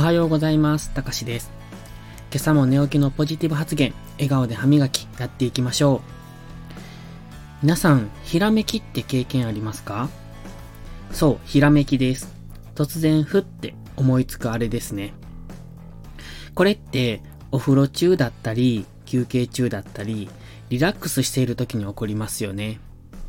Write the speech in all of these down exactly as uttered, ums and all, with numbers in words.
はようございます。たかしです。今朝も寝起きのポジティブ発言、笑顔で歯磨きやっていきましょう。皆さん、ひらめきって経験ありますか？そう、ひらめきです。突然ふって思いつくあれですね。これってお風呂中だったり、休憩中だったり、リラックスしている時に起こりますよね。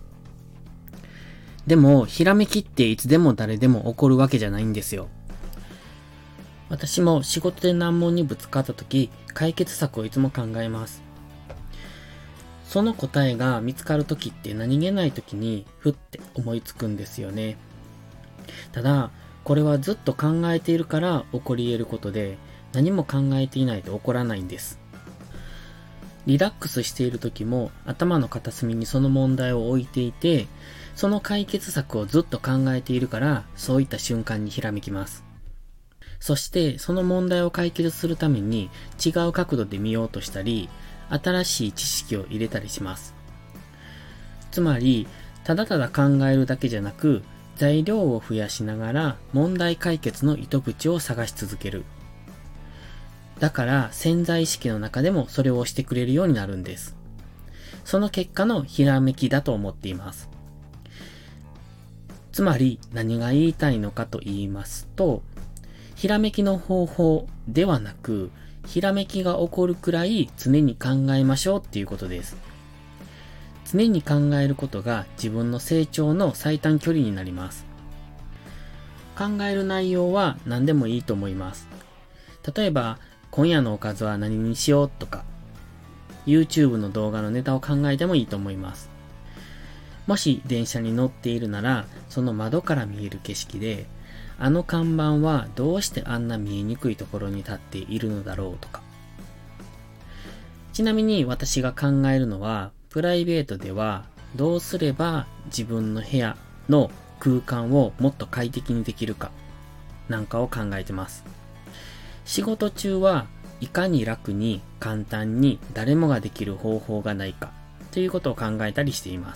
でも、ひらめきっていつでも誰でも起こるわけじゃないんですよ。私も仕事で難問にぶつかった時、解決策をいつも考えます。その答えが見つかる時って何気ない時にふって思いつくんですよね。ただ、これはずっと考えているから起こり得ることで、何も考えていないと起こらないんです。リラックスしている時も頭の片隅にその問題を置いていて、その解決策をずっと考えているから、そういった瞬間にひらめきます。そしてその問題を解決するために違う角度で見ようとしたり、新しい知識を入れたりします。つまり、ただただ考えるだけじゃなく、材料を増やしながら問題解決の糸口を探し続ける。だから潜在意識の中でもそれをしてくれるようになるんです。その結果のひらめきだと思っています。つまり何が言いたいのかと言いますと、ひらめきの方法ではなく、ひらめきが起こるくらい常に考えましょうっていうことです。常に考えることが自分の成長の最短距離になります。考える内容は何でもいいと思います。例えば、今夜のおかずは何にしようとか、YouTube の動画のネタを考えてもいいと思います。もし電車に乗っているなら、その窓から見える景色で、あの看板はどうしてあんな見えにくいところに立っているのだろうとか。ちなみに私が考えるのは、プライベートではどうすれば自分の部屋の空間をもっと快適にできるかなんかを考えてます。仕事中はいかに楽に簡単に誰もができる方法がないかということを考えたりしています。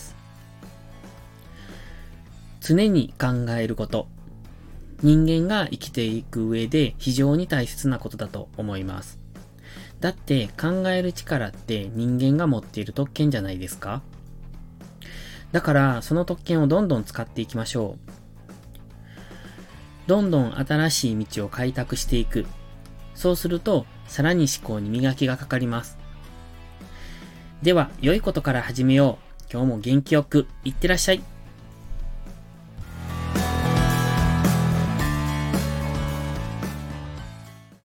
常に考えること。人間が生きていく上で非常に大切なことだと思います。だって考える力って人間が持っている特権じゃないですか？だからその特権をどんどん使っていきましょう。どんどん新しい道を開拓していく。そうするとさらに思考に磨きがかかります。では良いことから始めよう。今日も元気よくいってらっしゃい。